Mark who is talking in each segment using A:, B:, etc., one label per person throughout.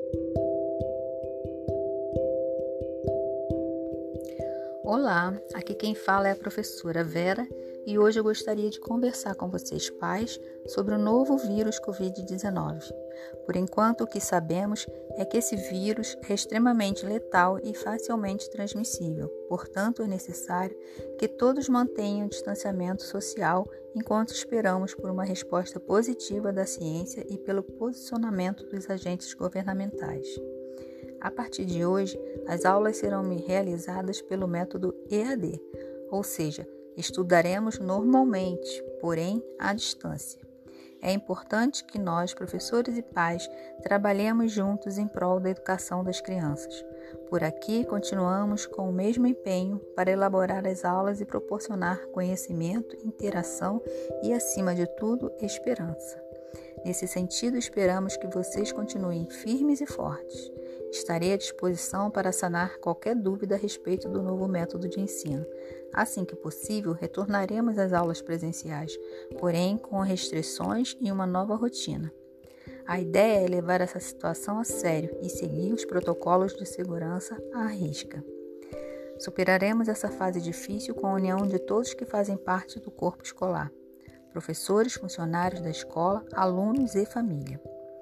A: Olá, aqui quem fala é a professora Vera e hoje eu gostaria de conversar com vocês pais sobre o novo vírus Covid-19. Por enquanto, o que sabemos é que esse vírus é extremamente letal e facilmente transmissível. Portanto, é necessário que todos mantenham o distanciamento social enquanto esperamos por uma resposta positiva da ciência e pelo posicionamento dos agentes governamentais. A partir de hoje, as aulas serão realizadas pelo método EAD, ou seja, estudaremos normalmente, porém à distância. É importante que nós, professores e pais, trabalhemos juntos em prol da educação das crianças. Por aqui, continuamos com o mesmo empenho para elaborar as aulas e proporcionar conhecimento, interação e, acima de tudo, esperança. Nesse sentido, esperamos que vocês continuem firmes e fortes. Estarei à disposição para sanar qualquer dúvida a respeito do novo método de ensino. Assim que possível, retornaremos às aulas presenciais, porém com restrições e uma nova rotina. A ideia é levar essa situação a sério e seguir os protocolos de segurança à risca. Superaremos essa fase difícil com a união de todos que fazem parte do corpo escolar: professores, funcionários da escola, alunos e família.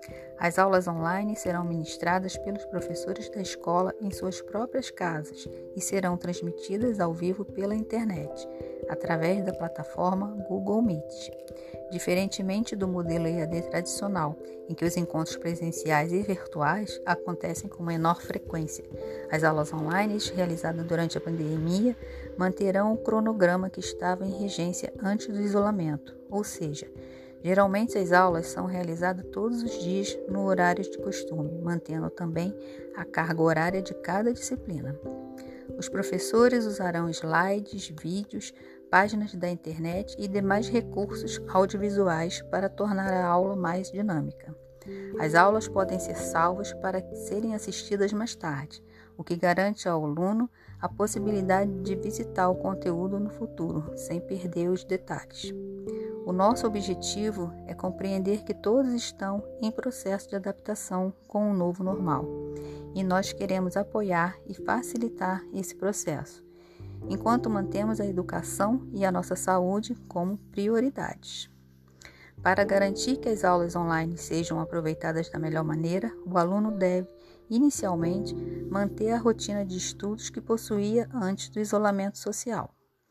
A: As aulas online serão ministradas pelos professores da escola em suas próprias casas e serão transmitidas ao vivo pela internet, através da plataforma Google Meet. Diferentemente do modelo EAD tradicional, em que os encontros presenciais e virtuais acontecem com menor frequência, as aulas online realizadas durante a pandemia manterão o cronograma que estava em regência antes do isolamento, ou seja, geralmente as aulas são realizadas todos os dias no horário de costume, mantendo também a carga horária de cada disciplina. Os professores usarão slides, vídeos, páginas da internet e demais recursos audiovisuais para tornar a aula mais dinâmica. As aulas podem ser salvas para serem assistidas mais tarde, o que garante ao aluno a possibilidade de visitar o conteúdo no futuro, sem perder os detalhes. O nosso objetivo é compreender que todos estão em processo de adaptação com o novo normal, e nós queremos apoiar e facilitar esse processo, enquanto mantemos a educação e a nossa saúde como prioridades. Para garantir que as aulas online sejam aproveitadas da melhor maneira, o aluno deve, inicialmente, manter a rotina de estudos que possuía antes do isolamento social.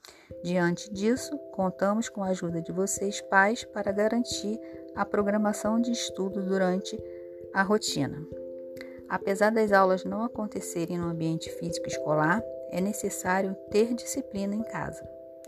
A: Diante disso, contamos com a ajuda de vocês, pais, para garantir a programação de estudo durante a rotina. Apesar das aulas não acontecerem no ambiente físico escolar, é necessário ter disciplina em casa.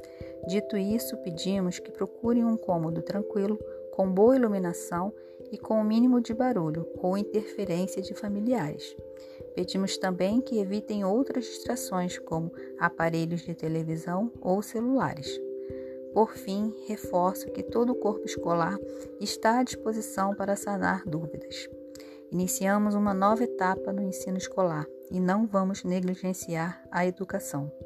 A: Dito isso, pedimos que procurem um cômodo tranquilo, com boa iluminação e com o mínimo de barulho ou interferência de familiares. Pedimos também que evitem outras distrações, como aparelhos de televisão ou celulares. Por fim, reforço que todo o corpo escolar está à disposição para sanar dúvidas. Iniciamos uma nova etapa no ensino escolar e não vamos negligenciar a educação.